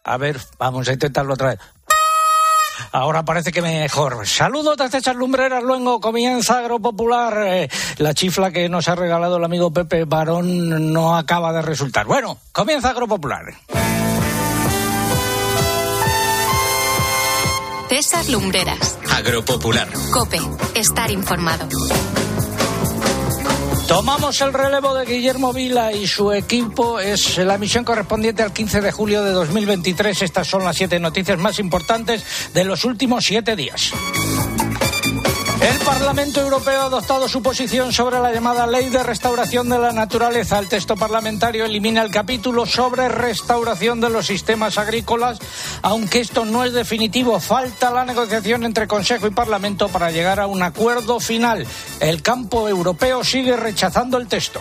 A ver, vamos a intentarlo otra vez. Ahora parece que mejor. Saludos desde estas lumbreras, luego comienza Agropopular. La chifla que nos ha regalado el amigo Pepe Barón no acaba de resultar. Bueno, comienza Agropopular. César Lumbreras. Agropopular. COPE. Estar informado. Tomamos el relevo de Guillermo Vila y su equipo. Es la emisión correspondiente al 15 de julio de 2023. Estas son las 7 noticias más importantes de los últimos 7 días. El Parlamento Europeo ha adoptado su posición sobre la llamada Ley de Restauración de la Naturaleza. El texto parlamentario elimina el capítulo sobre restauración de los sistemas agrícolas, aunque esto no es definitivo. Falta la negociación entre Consejo y Parlamento para llegar a un acuerdo final. El campo europeo sigue rechazando el texto.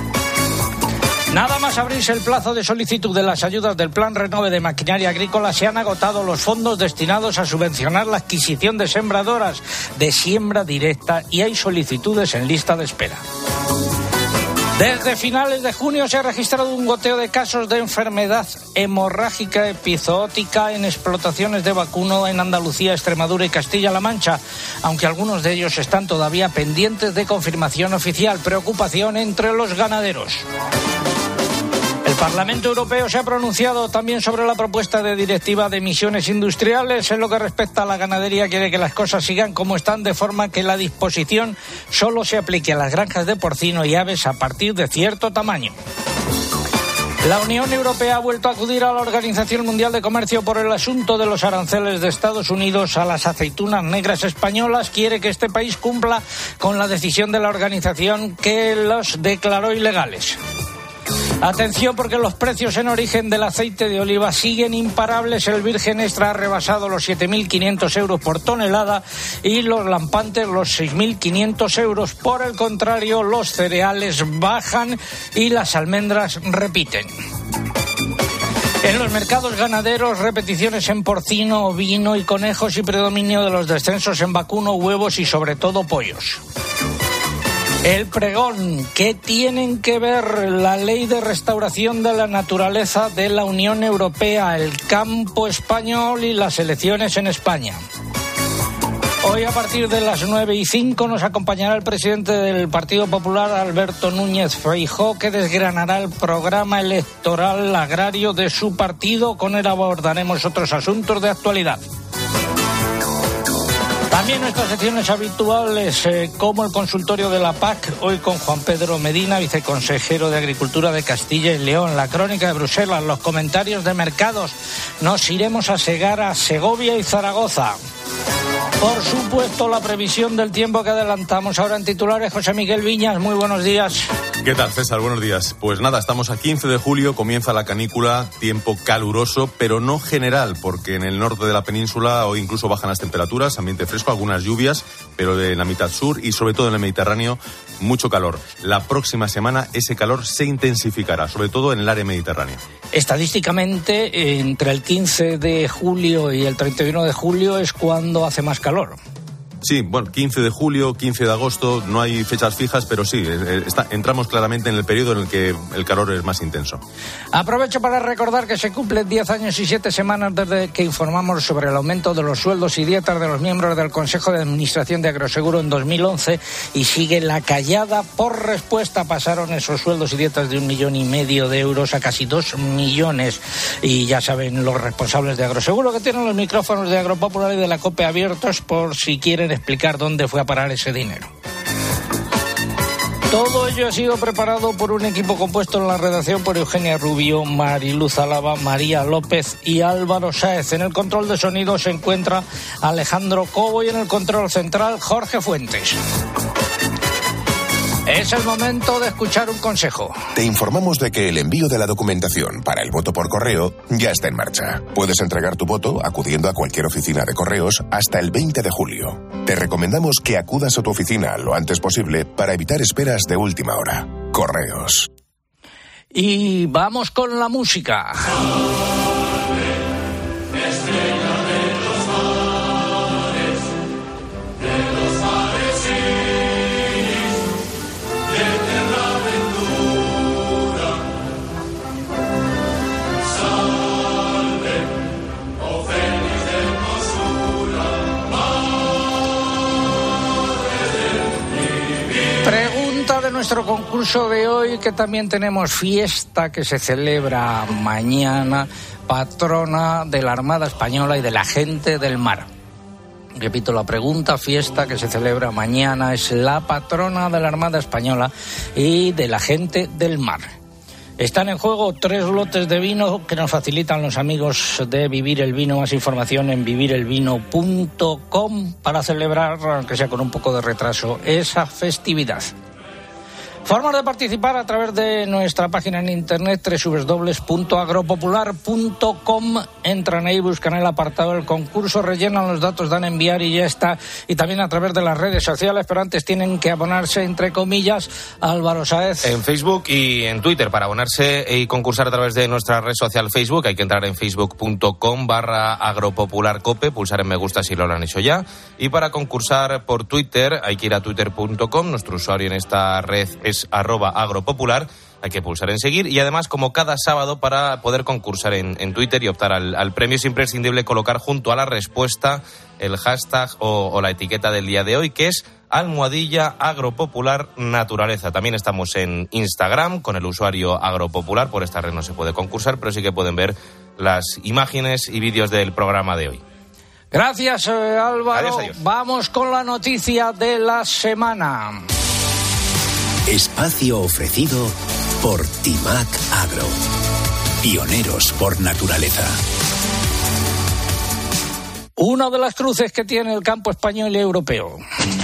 Nada más abrirse el plazo de solicitud de las ayudas del Plan Renove de maquinaria agrícola, se han agotado los fondos destinados a subvencionar la adquisición de sembradoras de siembra directa y hay solicitudes en lista de espera. Desde finales de junio se ha registrado un goteo de casos de enfermedad hemorrágica epizootica en explotaciones de vacuno en Andalucía, Extremadura y Castilla-La Mancha, aunque algunos de ellos están todavía pendientes de confirmación oficial. Preocupación entre los ganaderos. El Parlamento Europeo se ha pronunciado también sobre la propuesta de directiva de emisiones industriales. En lo que respecta a la ganadería, quiere que las cosas sigan como están, de forma que la disposición solo se aplique a las granjas de porcino y aves a partir de cierto tamaño. La Unión Europea ha vuelto a acudir a la Organización Mundial de Comercio por el asunto de los aranceles de Estados Unidos a las aceitunas negras españolas. Quiere que este país cumpla con la decisión de la organización que los declaró ilegales. Atención, porque los precios en origen del aceite de oliva siguen imparables. El virgen extra ha rebasado los 7.500 euros por tonelada y los lampantes los 6.500 euros. Por el contrario, los cereales bajan y las almendras repiten. En los mercados ganaderos, repeticiones en porcino, ovino y conejos y predominio de los descensos en vacuno, huevos y sobre todo pollos. El pregón. ¿Qué tienen que ver la Ley de Restauración de la Naturaleza de la Unión Europea, el campo español y las elecciones en España? Hoy a partir de las 9:05 nos acompañará el presidente del Partido Popular, Alberto Núñez Feijóo, que desgranará el programa electoral agrario de su partido. Con él abordaremos otros asuntos de actualidad. También nuestras secciones habituales, como el consultorio de la PAC, hoy con Juan Pedro Medina, viceconsejero de Agricultura de Castilla y León, la crónica de Bruselas, los comentarios de mercados, nos iremos a Segara, Segovia y Zaragoza. Por supuesto, la previsión del tiempo que adelantamos ahora en titulares. José Miguel Viñas, muy buenos días. ¿Qué tal, César? Buenos días. Pues nada, estamos a 15 de julio, comienza la canícula, tiempo caluroso, pero no general, porque en el norte de la península hoy incluso bajan las temperaturas, ambiente fresco, algunas lluvias, pero en la mitad sur y sobre todo en el Mediterráneo, mucho calor. La próxima semana ese calor se intensificará, sobre todo en el área mediterránea. Estadísticamente, entre el 15 de julio y el 31 de julio es cuando hace más calor. Sí, bueno, 15 de julio, 15 de agosto, no hay fechas fijas, pero sí, entramos claramente en el periodo en el que el calor es más intenso. Aprovecho para recordar que se cumplen 10 años y 7 semanas desde que informamos sobre el aumento de los sueldos y dietas de los miembros del Consejo de Administración de Agroseguro en 2011 y sigue la callada. Por respuesta pasaron esos sueldos y dietas de 1,5 millones de euros a casi 2 millones. Y ya saben los responsables de Agroseguro que tienen los micrófonos de Agropopular y de la COPE abiertos por si quieren explicar dónde fue a parar ese dinero. Todo ello ha sido preparado por un equipo compuesto en la redacción por Eugenia Rubio, Mariluz Álava, María López y Álvaro Sáez. En el control de sonido se encuentra Alejandro Cobo y en el control central Jorge Fuentes. Es el momento de escuchar un consejo. Te informamos de que el envío de la documentación para el voto por correo ya está en marcha. Puedes entregar tu voto acudiendo a cualquier oficina de correos hasta el 20 de julio. Te recomendamos que acudas a tu oficina lo antes posible para evitar esperas de última hora. Correos. Y vamos con la música. concurso de hoy, que también tenemos fiesta que se celebra mañana, patrona de la Armada Española y de la gente del mar. Repito la pregunta, fiesta que se celebra mañana, es la patrona de la Armada Española y de la gente del mar. Están en juego 3 lotes de vino que nos facilitan los amigos de Vivir el Vino. Más información en vivirelvino.com para celebrar, aunque sea con un poco de retraso, esa festividad. Formas de participar a través de nuestra página en internet www.agropopular.com. Entran ahí, buscan el apartado del concurso, rellenan los datos, dan a enviar y ya está. Y también a través de las redes sociales, pero antes tienen que abonarse, entre comillas, Álvaro Sáez. En Facebook y en Twitter. Para abonarse y concursar a través de nuestra red social Facebook hay que entrar en facebook.com/agropopularcope, pulsar en me gusta si lo han hecho ya. Y para concursar por Twitter hay que ir a twitter.com. Nuestro usuario en esta red es @agropopular, hay que pulsar en seguir y además, como cada sábado, para poder concursar en Twitter y optar al premio es imprescindible colocar junto a la respuesta el hashtag o la etiqueta del día de hoy, que es @agropopularnaturaleza. También estamos en Instagram con el usuario agropopular. Por esta red no se puede concursar, pero sí que pueden ver las imágenes y vídeos del programa de hoy. Gracias, Álvaro. Adiós. Vamos con la noticia de la semana. Espacio ofrecido por Timac Agro. Pioneros por naturaleza. Una de las cruces que tiene el campo español y europeo.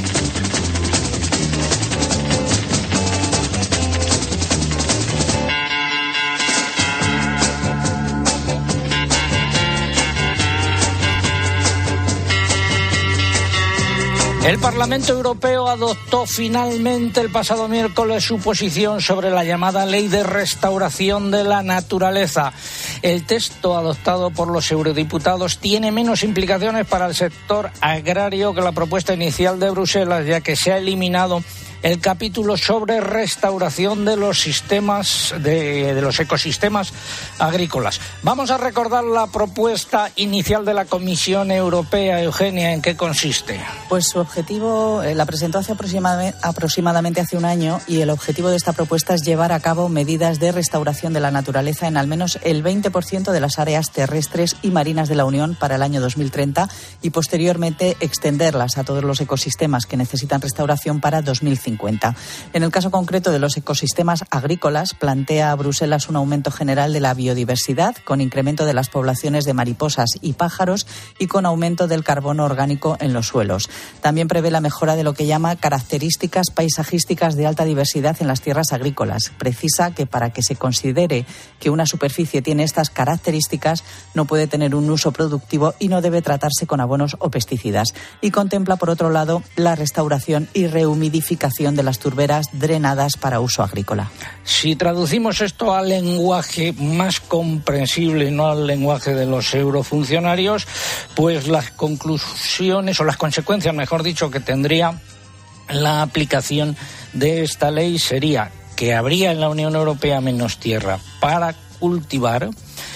El Parlamento Europeo adoptó finalmente el pasado miércoles su posición sobre la llamada Ley de Restauración de la Naturaleza. El texto adoptado por los eurodiputados tiene menos implicaciones para el sector agrario que la propuesta inicial de Bruselas, ya que se ha eliminado el capítulo sobre restauración de los sistemas de los ecosistemas agrícolas. Vamos a recordar la propuesta inicial de la Comisión Europea. Eugenia, ¿en qué consiste? Pues su objetivo la presentó hace aproximadamente hace un año, y el objetivo de esta propuesta es llevar a cabo medidas de restauración de la naturaleza en al menos el 20% de las áreas terrestres y marinas de la Unión para el año 2030 y posteriormente extenderlas a todos los ecosistemas que necesitan restauración para 2050. En el caso concreto de los ecosistemas agrícolas, plantea a Bruselas un aumento general de la biodiversidad, con incremento de las poblaciones de mariposas y pájaros y con aumento del carbono orgánico en los suelos. También prevé la mejora de lo que llama características paisajísticas de alta diversidad en las tierras agrícolas. Precisa que para que se considere que una superficie tiene estas características, no puede tener un uso productivo y no debe tratarse con abonos o pesticidas. Y contempla, por otro lado, la restauración y rehumidificación de las turberas drenadas para uso agrícola. Si traducimos esto al lenguaje más comprensible y no al lenguaje de los eurofuncionarios, pues las conclusiones o las consecuencias, mejor dicho, que tendría la aplicación de esta ley sería que habría en la Unión Europea menos tierra para cultivar,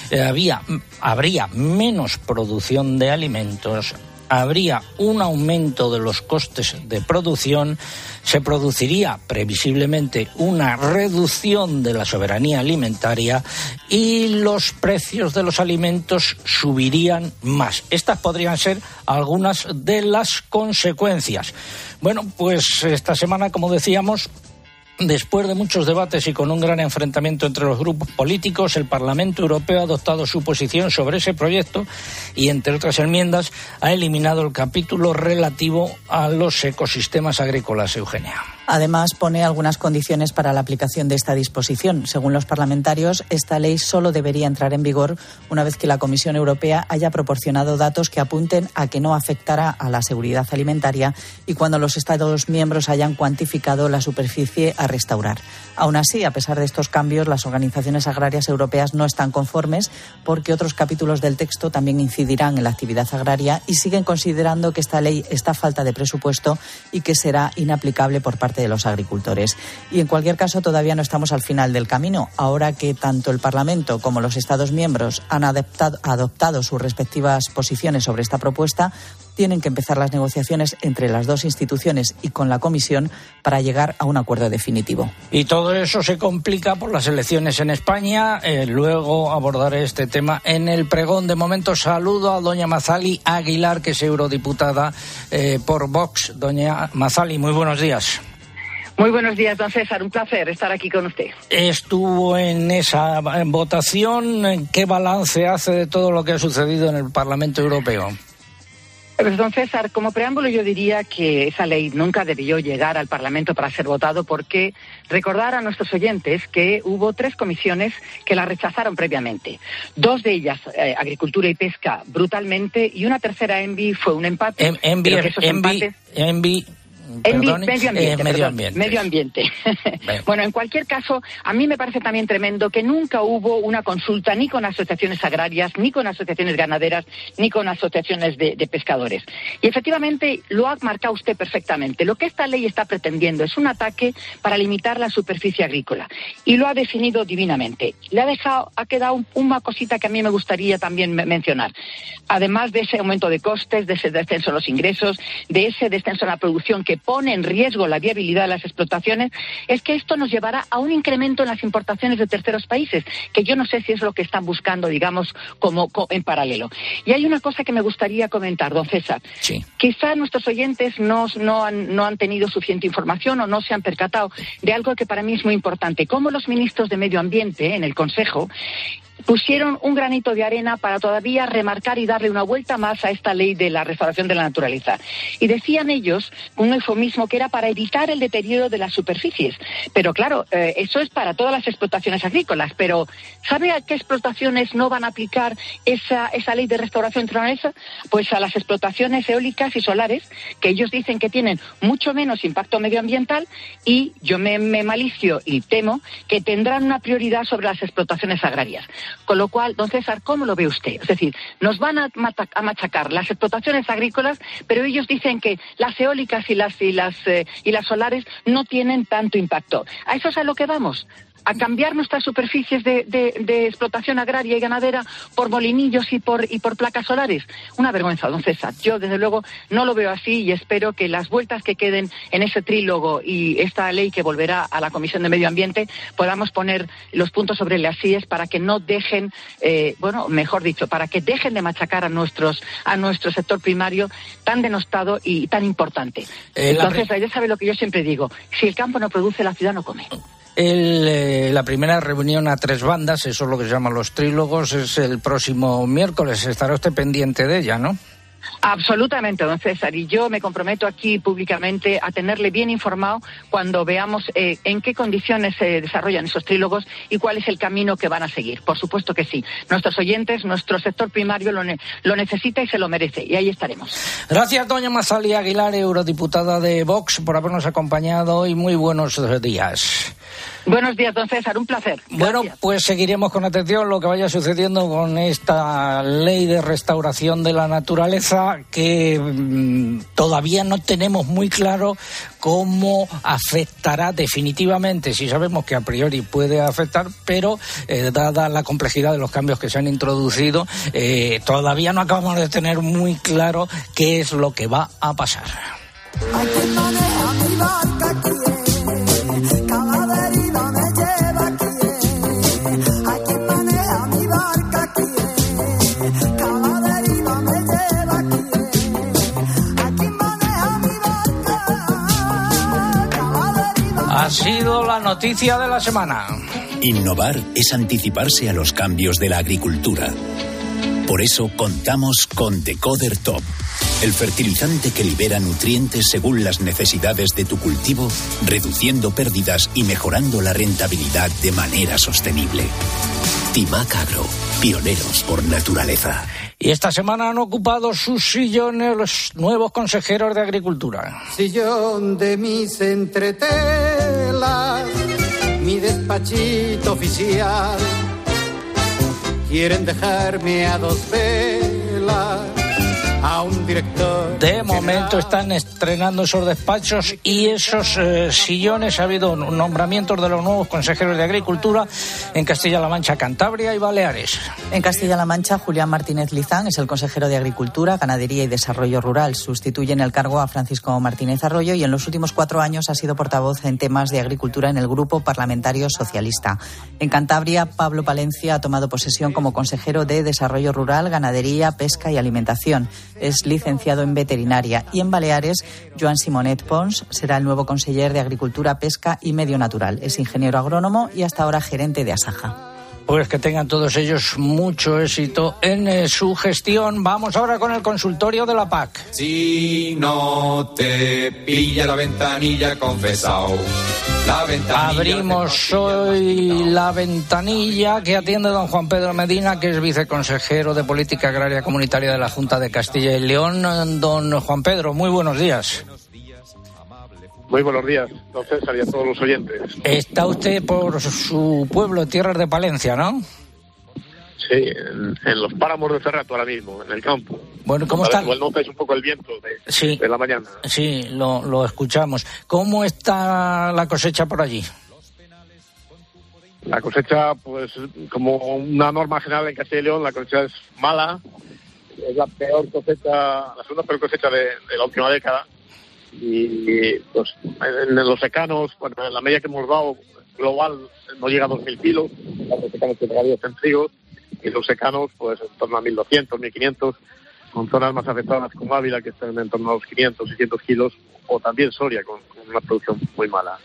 habría menos producción de alimentos, habría un aumento de los costes de producción, se produciría previsiblemente una reducción de la soberanía alimentaria y los precios de los alimentos subirían más. Estas podrían ser algunas de las consecuencias. Bueno, pues esta semana, como decíamos, después de muchos debates y con un gran enfrentamiento entre los grupos políticos, el Parlamento Europeo ha adoptado su posición sobre ese proyecto y, entre otras enmiendas, ha eliminado el capítulo relativo a los ecosistemas agrícolas. Eugenia. Además, pone algunas condiciones para la aplicación de esta disposición. Según los parlamentarios, esta ley solo debería entrar en vigor una vez que la Comisión Europea haya proporcionado datos que apunten a que no afectará a la seguridad alimentaria y cuando los Estados miembros hayan cuantificado la superficie a restaurar. Aún así, a pesar de estos cambios, las organizaciones agrarias europeas no están conformes porque otros capítulos del texto también incidirán en la actividad agraria y siguen considerando que esta ley está a falta de presupuesto y que será inaplicable por parte parte de los agricultores. Y en cualquier caso, todavía no estamos al final del camino. Ahora que tanto el Parlamento como los Estados miembros han adoptado sus respectivas posiciones sobre esta propuesta, tienen que empezar las negociaciones entre las dos instituciones y con la Comisión para llegar a un acuerdo definitivo. Y todo eso se complica por las elecciones en España. Luego abordaré este tema en el pregón. De momento saludo a doña Mazali Aguilar, que es eurodiputada por Vox. Doña Mazali, muy buenos días. Muy buenos días, don César. Un placer estar aquí con usted. Estuvo en esa votación. ¿Qué balance hace de todo lo que ha sucedido en el Parlamento Europeo? Pues, don César, como preámbulo yo diría que esa ley nunca debió llegar al Parlamento para ser votado, porque recordar a nuestros oyentes que hubo 3 comisiones que la rechazaron previamente. 2 de ellas, Agricultura y Pesca, brutalmente, y una tercera, ENVI, fue un empate. Medio ambiente. Bueno, en cualquier caso, a mí me parece también tremendo que nunca hubo una consulta ni con asociaciones agrarias, ni con asociaciones ganaderas, ni con asociaciones de pescadores. Y efectivamente lo ha marcado usted perfectamente. Lo que esta ley está pretendiendo es un ataque para limitar la superficie agrícola. Y lo ha definido divinamente. Ha quedado una cosita que a mí me gustaría también mencionar. Además de ese aumento de costes, de ese descenso en los ingresos, de ese descenso en la producción que pone en riesgo la viabilidad de las explotaciones, es que esto nos llevará a un incremento en las importaciones de terceros países, que yo no sé si es lo que están buscando, digamos, como en paralelo. Y hay una cosa que me gustaría comentar, don César. Sí. Quizá nuestros oyentes no han tenido suficiente información o no se han percatado de algo que para mí es muy importante. Cómo los ministros de Medio Ambiente en el Consejo pusieron un granito de arena para todavía remarcar y darle una vuelta más a esta ley de la restauración de la naturaleza. Y decían ellos, un eufemismo, que era para evitar el deterioro de las superficies. Pero claro, eso es para todas las explotaciones agrícolas. Pero ¿sabe a qué explotaciones no van a aplicar esa ley de restauración de la naturaleza? Pues a las explotaciones eólicas y solares, que ellos dicen que tienen mucho menos impacto medioambiental, y yo me malicio y temo que tendrán una prioridad sobre las explotaciones agrarias. Con lo cual, don César, ¿cómo lo ve usted? Es decir, nos van a machacar las explotaciones agrícolas, pero ellos dicen que las eólicas y las solares no tienen tanto impacto. ¿A eso es a lo que vamos? ¿A cambiar nuestras superficies de explotación agraria y ganadera por molinillos y por placas solares? Una vergüenza, don César. Yo, desde luego, no lo veo así, y espero que las vueltas que queden en ese trílogo y esta ley que volverá a la Comisión de Medio Ambiente podamos poner los puntos sobre las íes para que no dejen, para que dejen de machacar a nuestro sector primario tan denostado y tan importante. Entonces, ya sabe lo que yo siempre digo: si el campo no produce, la ciudad no come. La primera reunión a 3 bandas, eso es lo que se llaman los trílogos, es el próximo miércoles. Estará usted pendiente de ella, ¿no? Absolutamente, don César, y yo me comprometo aquí públicamente a tenerle bien informado cuando veamos en qué condiciones se desarrollan esos trílogos y cuál es el camino que van a seguir. Por supuesto que sí. Nuestros oyentes, nuestro sector primario lo necesita y se lo merece, y ahí estaremos. Gracias, doña Mazali Aguilar, eurodiputada de Vox, por habernos acompañado hoy. Muy buenos días. Buenos días, don César, un placer. Gracias. Bueno, pues seguiremos con atención lo que vaya sucediendo con esta ley de restauración de la naturaleza, que todavía no tenemos muy claro cómo afectará definitivamente. Sí sabemos que a priori puede afectar, pero dada la complejidad de los cambios que se han introducido, todavía no acabamos de tener muy claro qué es lo que va a pasar. Ha sido la noticia de la semana. Innovar es anticiparse a los cambios de la agricultura. Por eso contamos con Decoder Top, el fertilizante que libera nutrientes según las necesidades de tu cultivo, reduciendo pérdidas y mejorando la rentabilidad de manera sostenible. Timac Agro, pioneros por naturaleza. Y esta semana han ocupado sus sillones los nuevos consejeros de Agricultura. Sillón de mis entretelas, mi despachito oficial. Quieren dejarme a 2 velas, a un director. De momento están estrenando esos despachos y esos sillones. Ha habido nombramientos de los nuevos consejeros de Agricultura en Castilla-La Mancha, Cantabria y Baleares. En Castilla-La Mancha, Julián Martínez Lizán es el consejero de Agricultura, Ganadería y Desarrollo Rural. Sustituye en el cargo a Francisco Martínez Arroyo y en los últimos 4 años ha sido portavoz en temas de agricultura en el Grupo Parlamentario Socialista. En Cantabria, Pablo Palencia ha tomado posesión como consejero de Desarrollo Rural, Ganadería, Pesca y Alimentación. Es licenciado en veterinaria. Y en Baleares, Joan Simonet Pons será el nuevo conseller de Agricultura, Pesca y Medio Natural. Es ingeniero agrónomo y hasta ahora gerente de Asaja. Pues que tengan todos ellos mucho éxito en su gestión. Vamos ahora con el consultorio de la PAC. Si no te pilla la ventanilla, confesao. La ventanilla. Abrimos hoy la ventanilla que atiende don Juan Pedro Medina, que es viceconsejero de Política Agraria Comunitaria de la Junta de Castilla y León. Don Juan Pedro, muy buenos días. Muy buenos días, don César, y a todos los oyentes. Está usted por su pueblo, Tierras de Palencia, ¿no? Sí, en los páramos de Cerrato ahora mismo, en el campo. Bueno, ¿cómo está? Igual notáis un poco el viento de la mañana. Sí, lo escuchamos. ¿Cómo está la cosecha por allí? La cosecha, pues, como una norma general en Castilla y León, la cosecha es mala. Es la peor cosecha, la segunda peor cosecha de la última década. Y pues en los secanos, bueno, en la media que hemos dado global no llega a 2.000 kilos, los secanos que todavía están fríos, y los secanos pues en torno a 1.200, 1.500, con zonas más afectadas como Ávila que están en torno a los 500, 600 kilos, o también Soria con una producción muy mala.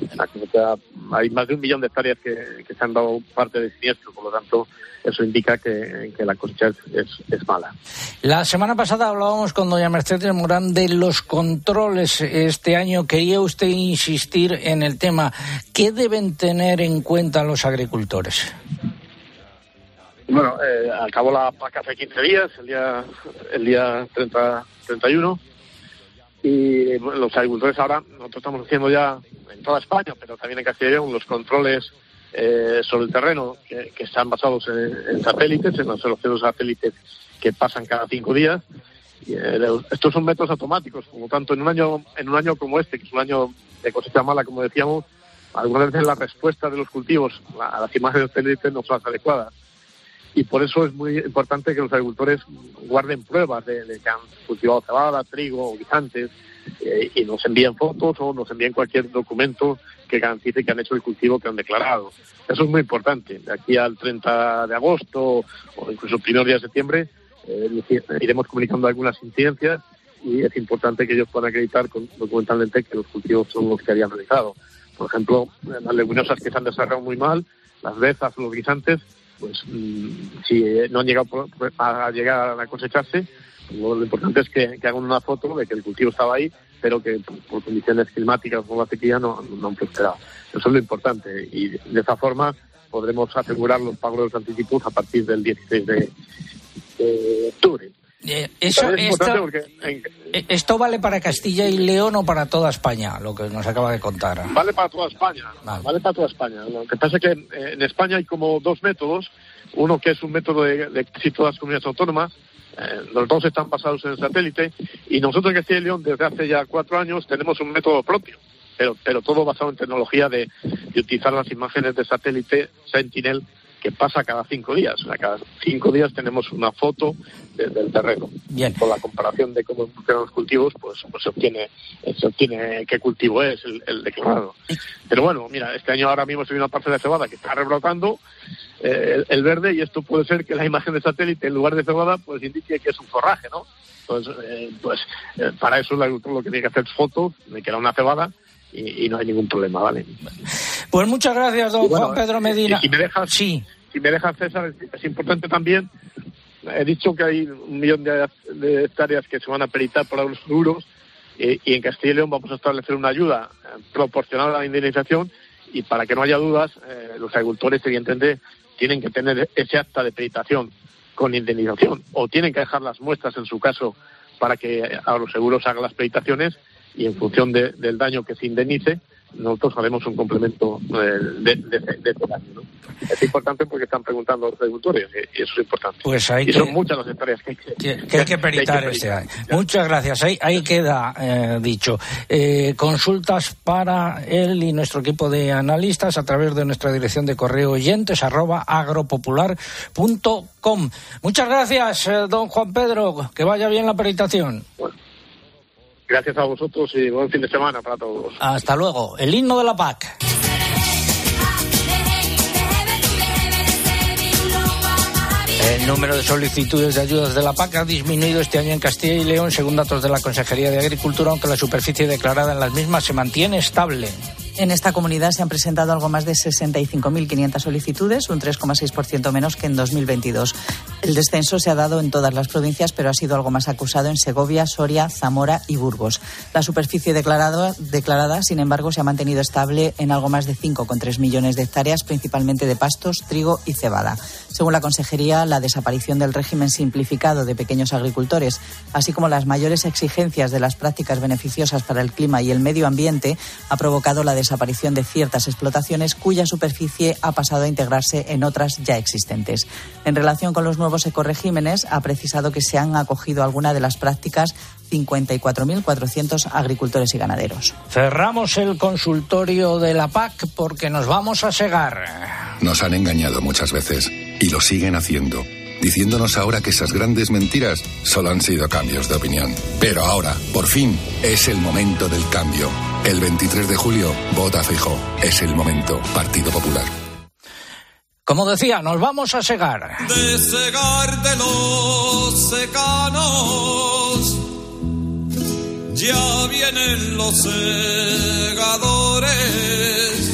Hay más de 1 millón de hectáreas que se han dado parte de siniestro, por lo tanto eso indica que la cosecha es mala. La semana pasada hablábamos con doña Mercedes Morán de los controles. Este año quería usted insistir en el tema. ¿Qué deben tener en cuenta los agricultores? Bueno, acabó la PAC hace 15 días, el día 31, y bueno, los agricultores ahora, nosotros estamos haciendo ya en toda España, pero también en Castilla y León, los controles sobre el terreno que están basados en satélites, en las observaciones satélites que pasan cada 5 días. Y, estos son métodos automáticos, por lo tanto, en un año como este, que es un año de cosecha mala, como decíamos, algunas veces la respuesta de los cultivos a las imágenes satélites no son las adecuadas. Y por eso es muy importante que los agricultores guarden pruebas de que han cultivado cebada, trigo o guisantes, y nos envíen fotos o nos envíen cualquier documento que garantice que han hecho el cultivo que han declarado. Eso es muy importante. De aquí al 30 de agosto o incluso el 1 de septiembre iremos comunicando algunas incidencias y es importante que ellos puedan acreditar documentalmente que los cultivos son los que habían realizado. Por ejemplo, las leguminosas que se han desarrollado muy mal, las brezas o los guisantes, pues si no han llegado a llegar a cosecharse, lo importante es que hagan una foto de que el cultivo estaba ahí, pero que por condiciones climáticas como la sequía no han prosperado. Eso es lo importante y de esa forma podremos asegurar los pagos de los anticipos a partir del 16 de octubre. Esto vale para Castilla y León o para toda España, lo que nos acaba de contar. Vale para toda España. Vale para toda España. Lo que pasa es que en España hay como 2 métodos. Uno que es un método de casi todas las comunidades autónomas. Los 2 están basados en el satélite y nosotros en Castilla y León desde hace ya 4 años tenemos un método propio, pero todo basado en tecnología de utilizar las imágenes de satélite Sentinel que pasa cada 5 días. O sea, cada 5 días tenemos una foto del terreno. Bien. Con la comparación de cómo funcionan los cultivos, pues se obtiene qué cultivo es el declarado. Pero bueno, mira, este año ahora mismo estoy en una parcela de cebada que está rebrotando el verde, y esto puede ser que la imagen de satélite en lugar de cebada pues indique que es un forraje, ¿no? Pues para eso el agricultor lo que tiene que hacer es fotos de que era una cebada y no hay ningún problema, ¿vale? Pues muchas gracias, don Juan Pedro Medina. Si me dejas, César, es importante también. He dicho que hay 1 millón de hectáreas que se van a peritar por los seguros, y en Castilla y León vamos a establecer una ayuda proporcional a la indemnización, y para que no haya dudas, los agricultores evidentemente tienen que tener ese acta de peritación con indemnización, o tienen que dejar las muestras en su caso para que a los seguros hagan las peritaciones, y en función del daño que se indemnice, nosotros haremos un complemento de este año, ¿no? Es importante porque están preguntando a los agricultores y eso es importante. Pues son muchas las hectáreas que hay que peritar este año. Muchas gracias. Ahí queda dicho. Consultas para él y nuestro equipo de analistas a través de nuestra dirección de correo oyentes@agropopular.com. Muchas gracias, don Juan Pedro. Que vaya bien la peritación. Bueno, gracias a vosotros y buen fin de semana para todos. Hasta luego. El himno de la PAC. El número de solicitudes de ayudas de la PAC ha disminuido este año en Castilla y León, según datos de la Consejería de Agricultura, aunque la superficie declarada en las mismas se mantiene estable. En esta comunidad se han presentado algo más de 65.500 solicitudes, un 3,6% menos que en 2022. El descenso se ha dado en todas las provincias, pero ha sido algo más acusado en Segovia, Soria, Zamora y Burgos. La superficie declarada, sin embargo, se ha mantenido estable en algo más de 5,3 millones de hectáreas, principalmente de pastos, trigo y cebada. Según la Consejería, la desaparición del régimen simplificado de pequeños agricultores, así como las mayores exigencias de las prácticas beneficiosas para el clima y el medio ambiente, ha provocado la desaparición de ciertas explotaciones cuya superficie ha pasado a integrarse en otras ya existentes. En relación con los nuevos ecoregímenes, ha precisado que se han acogido a alguna de las prácticas 54.400 agricultores y ganaderos. Cerramos el consultorio de la PAC porque nos vamos a segar. Nos han engañado muchas veces y lo siguen haciendo, diciéndonos ahora que esas grandes mentiras solo han sido cambios de opinión. Pero ahora, por fin, es el momento del cambio. El 23 de julio, vota Feijóo. Es el momento. Partido Popular. Como decía, nos vamos a segar. De segar de los secanos, ya vienen los segadores.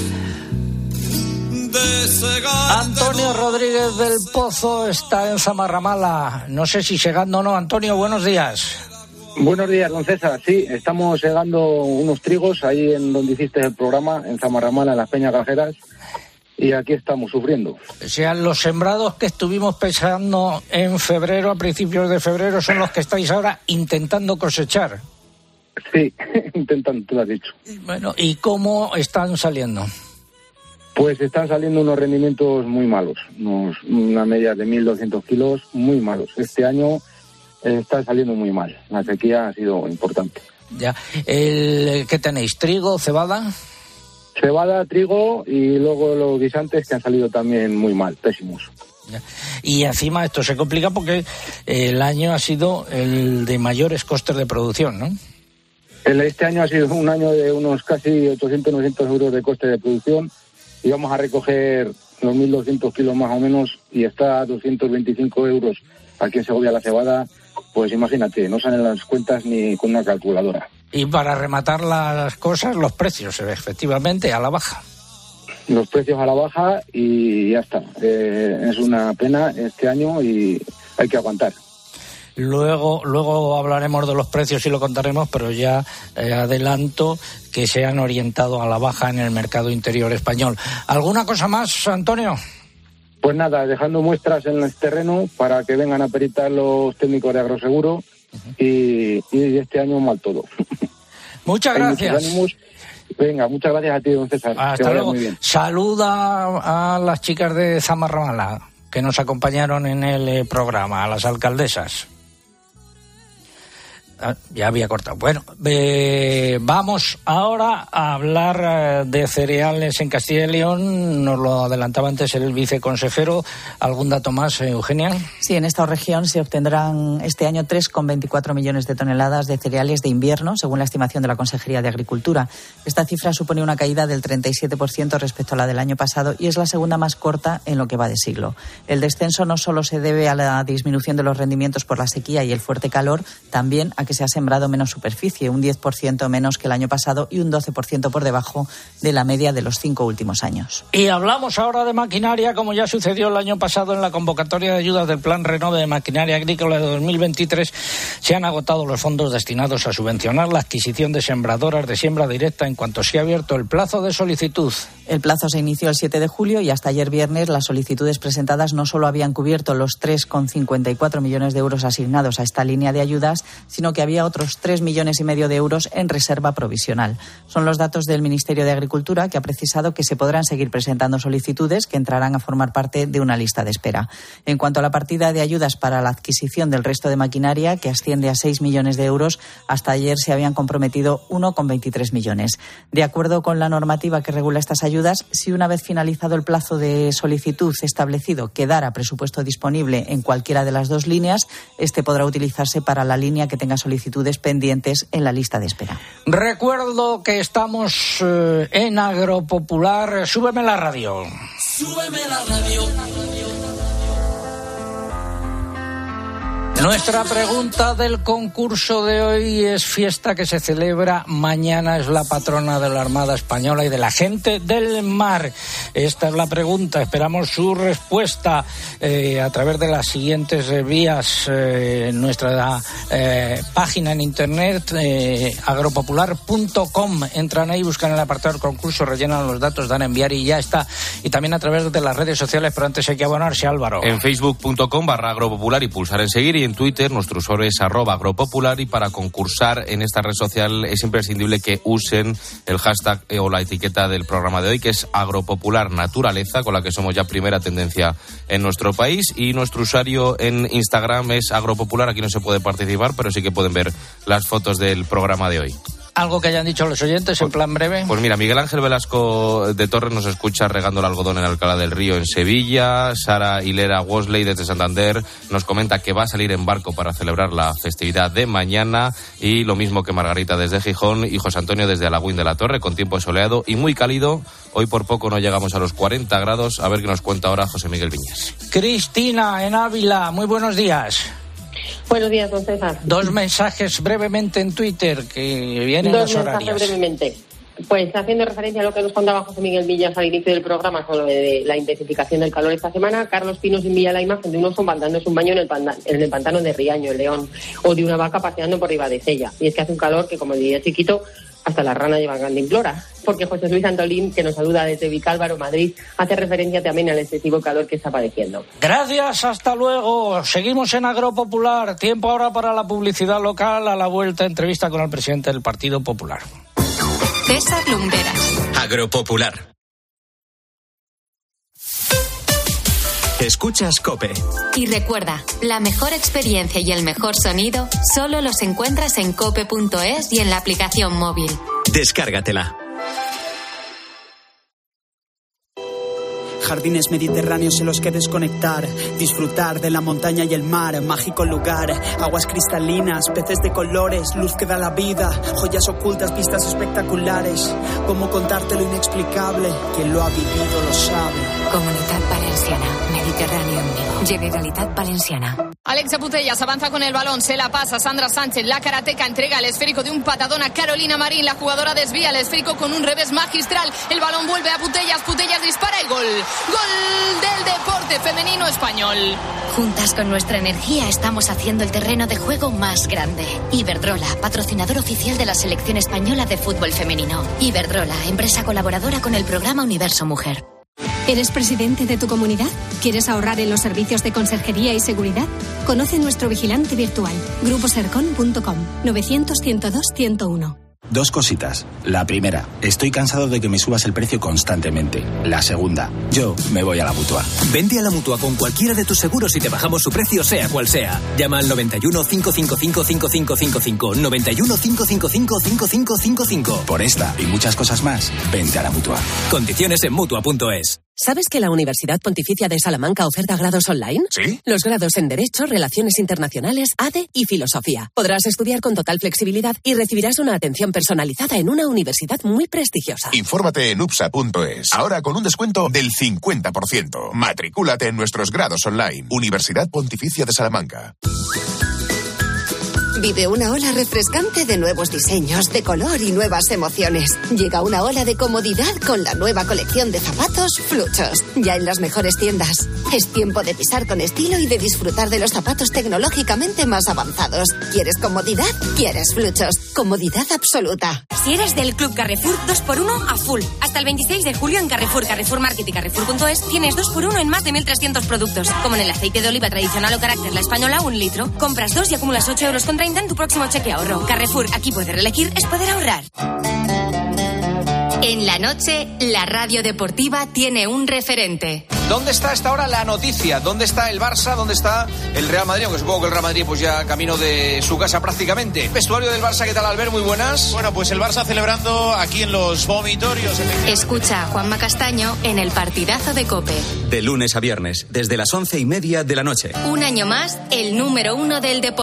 De segar Antonio Rodríguez del Pozo está en Zamarramala. No sé si segando o no. Antonio, buenos días. Buenos días, don César. Sí, estamos segando unos trigos ahí en donde hiciste el programa, en Zamarramala, en las Peñas Gajeras, y aquí estamos sufriendo. O sea, los sembrados que estuvimos pensando en febrero, a principios de febrero, son los que estáis ahora intentando cosechar. Sí, intentando, tú lo has dicho. Bueno, ¿y cómo están saliendo? Pues están saliendo unos rendimientos muy malos, una media de 1.200 kilos, muy malos. Este año está saliendo muy mal, la sequía ha sido importante. Ya, ¿qué tenéis? ¿Trigo, cebada? Cebada, trigo y luego los guisantes que han salido también muy mal, pésimos. Ya. Y encima esto se complica porque el año ha sido el de mayores costes de producción, ¿no? Este año ha sido un año de unos casi 800-900 euros de coste de producción. Y vamos a recoger los 1.200 kilos más o menos y está a 225 euros aquí en Segovia la cebada. Pues imagínate, no salen las cuentas ni con una calculadora. Y para rematar las cosas, los precios, efectivamente, a la baja. Los precios a la baja y ya está. Es una pena este año y hay que aguantar. Luego hablaremos de los precios y lo contaremos, pero ya adelanto que se han orientado a la baja en el mercado interior español. ¿Alguna cosa más, Antonio? Pues nada, dejando muestras en el terreno para que vengan a peritar los técnicos de Agroseguro y este año mal todo. Muchas gracias. Venga, muchas gracias a ti, don César. Hasta luego. Muy bien. Saluda a las chicas de Zamarramala que nos acompañaron en el programa, a las alcaldesas. Ya había cortado. Bueno, vamos ahora a hablar de cereales en Castilla y León. Nos lo adelantaba antes el viceconsejero. ¿Algún dato más, Eugenia? Sí, en esta región se obtendrán este año 3,24 millones de toneladas de cereales de invierno, según la estimación de la Consejería de Agricultura. Esta cifra supone una caída del 37% respecto a la del año pasado y es la segunda más corta en lo que va de siglo. El descenso no solo se debe a la disminución de los rendimientos por la sequía y el fuerte calor, también a que se ha sembrado menos superficie, un 10% menos que el año pasado y un 12% por debajo de la media de los 5 últimos años. Y hablamos ahora de maquinaria, como ya sucedió el año pasado en la convocatoria de ayudas del Plan Renove de Maquinaria Agrícola de 2023. Se han agotado los fondos destinados a subvencionar la adquisición de sembradoras de siembra directa en cuanto se ha abierto el plazo de solicitud. El plazo se inició el 7 de julio y hasta ayer viernes las solicitudes presentadas no solo habían cubierto los 3,54 millones de euros asignados a esta línea de ayudas, sino que había otros 3,5 millones de euros en reserva provisional. Son los datos del Ministerio de Agricultura, que ha precisado que se podrán seguir presentando solicitudes que entrarán a formar parte de una lista de espera. En cuanto a la partida de ayudas para la adquisición del resto de maquinaria, que asciende a 6 millones de euros, hasta ayer se habían comprometido 1,23 millones. De acuerdo con la normativa que regula estas ayudas, si una vez finalizado el plazo de solicitud establecido quedara presupuesto disponible en cualquiera de las dos líneas, este podrá utilizarse para la línea que tenga solicitudes pendientes en la lista de espera. Recuerdo que estamos en Agropopular. Súbeme la radio. Súbeme la radio. Nuestra pregunta del concurso de hoy es: fiesta que se celebra mañana, es la patrona de la Armada Española y de la gente del mar. Esta es la pregunta, esperamos su respuesta a través de las siguientes vías. Nuestra página en internet, agropopular.com. Entran ahí, buscan el apartado del concurso, rellenan los datos, dan a enviar y ya está. Y también a través de las redes sociales, pero antes hay que abonarse, Álvaro. En facebook.com/agropopular y pulsar en seguir, y en Twitter nuestro usuario es @agropopular, y para concursar en esta red social es imprescindible que usen el hashtag o la etiqueta del programa de hoy, que es Agropopular Naturaleza, con la que somos ya primera tendencia en nuestro país, y nuestro usuario en Instagram es Agropopular. Aquí no se puede participar, pero sí que pueden ver las fotos del programa de hoy. ¿Algo que hayan dicho los oyentes en plan breve? Pues mira, Miguel Ángel Velasco de Torres nos escucha regando el algodón en Alcalá del Río, en Sevilla. Sara Hilera Wosley desde Santander nos comenta que va a salir en barco para celebrar la festividad de mañana, y lo mismo que Margarita desde Gijón y José Antonio desde Alagüín de la Torre, con tiempo soleado y muy cálido. Hoy por poco no llegamos a los 40 grados. A ver qué nos cuenta ahora José Miguel Viñas. Cristina en Ávila, muy buenos días. Buenos días, don César. Dos mensajes brevemente en Twitter, que vienen los horarios. Dos mensajes brevemente. Pues haciendo referencia a lo que nos contaba José Miguel Villas al inicio del programa sobre la intensificación del calor esta semana, Carlos Pinos envía la imagen de un oso dándose un baño en el pantano de Riaño, en León, o de una vaca paseando por Ribadesella. Y es que hace un calor que, como diría Chiquito, hasta la rana lleva cantimplora. Porque José Luis Antolín, que nos saluda desde Vicálvaro, Madrid, hace referencia también al excesivo calor que está padeciendo. Gracias, hasta luego. Seguimos en Agropopular. Tiempo ahora para la publicidad local. A la vuelta, entrevista con el presidente del Partido Popular. César Lumbreras. Agropopular. Escuchas COPE. Y recuerda, la mejor experiencia y el mejor sonido solo los encuentras en cope.es y en la aplicación móvil. Descárgatela. Jardines mediterráneos en los que desconectar, disfrutar de la montaña y el mar, mágico lugar, aguas cristalinas, peces de colores, luz que da la vida, joyas ocultas, vistas espectaculares. ¿Cómo contarte lo inexplicable? Quien lo ha vivido lo sabe. Comunitat Valenciana, Mediterráneo en vivo. Generalitat Valenciana. Alexa Putellas avanza con el balón, se la pasa Sandra Sánchez, la karateca entrega el esférico de un patadón a Carolina Marín, la jugadora desvía el esférico con un revés magistral, el balón vuelve a Putellas, Putellas dispara y gol. Gol del deporte femenino español. Juntas con nuestra energía estamos haciendo el terreno de juego más grande. Iberdrola, patrocinador oficial de la selección española de fútbol femenino. Iberdrola, empresa colaboradora con el programa Universo Mujer. ¿Eres presidente de tu comunidad? ¿Quieres ahorrar en los servicios de conserjería y seguridad? Conoce nuestro vigilante virtual, gruposercon.com, 900-102-101. Dos cositas. La primera, estoy cansado de que me subas el precio constantemente. La segunda, yo me voy a la Mutua. Vente a la Mutua con cualquiera de tus seguros y te bajamos su precio sea cual sea. Llama al 91 555 5555. 91 555 5555. Por esta y muchas cosas más, vente a la Mutua. Condiciones en Mutua.es. ¿Sabes que la Universidad Pontificia de Salamanca oferta grados online? ¿Sí? Los grados en Derecho, Relaciones Internacionales, ADE y Filosofía. Podrás estudiar con total flexibilidad y recibirás una atención personalizada en una universidad muy prestigiosa. Infórmate en upsa.es. Ahora con un descuento del 50%. Matricúlate en nuestros grados online. Universidad Pontificia de Salamanca. Vive una ola refrescante de nuevos diseños, de color y nuevas emociones. Llega una ola de comodidad con la nueva colección de zapatos Fluchos, ya en las mejores tiendas. Es tiempo de pisar con estilo y de disfrutar de los zapatos tecnológicamente más avanzados. ¿Quieres comodidad? ¿Quieres Fluchos? Comodidad absoluta. Si eres del Club Carrefour, 2x1 a full. Hasta el 26 de julio en Carrefour, Carrefour Market y Carrefour.es tienes 2x1 en más de 1.300 productos. Como en el aceite de oliva tradicional o carácter La Española, 1 litro. Compras 2 y acumulas 8,30 € en tu próximo cheque ahorro. Carrefour, aquí poder elegir es poder ahorrar. En la noche, la radio deportiva tiene un referente. ¿Dónde está a esta hora la noticia? ¿Dónde está el Barça? ¿Dónde está el Real Madrid? Aunque supongo que el Real Madrid pues ya camino de su casa prácticamente. Vestuario del Barça, ¿qué tal, Albert? Muy buenas. Bueno, pues el Barça celebrando aquí en los vomitorios. Escucha a Juanma Castaño en el partidazo de COPE. De lunes a viernes, desde las 11:30 de la noche. Un año más, el número 1 del deporte.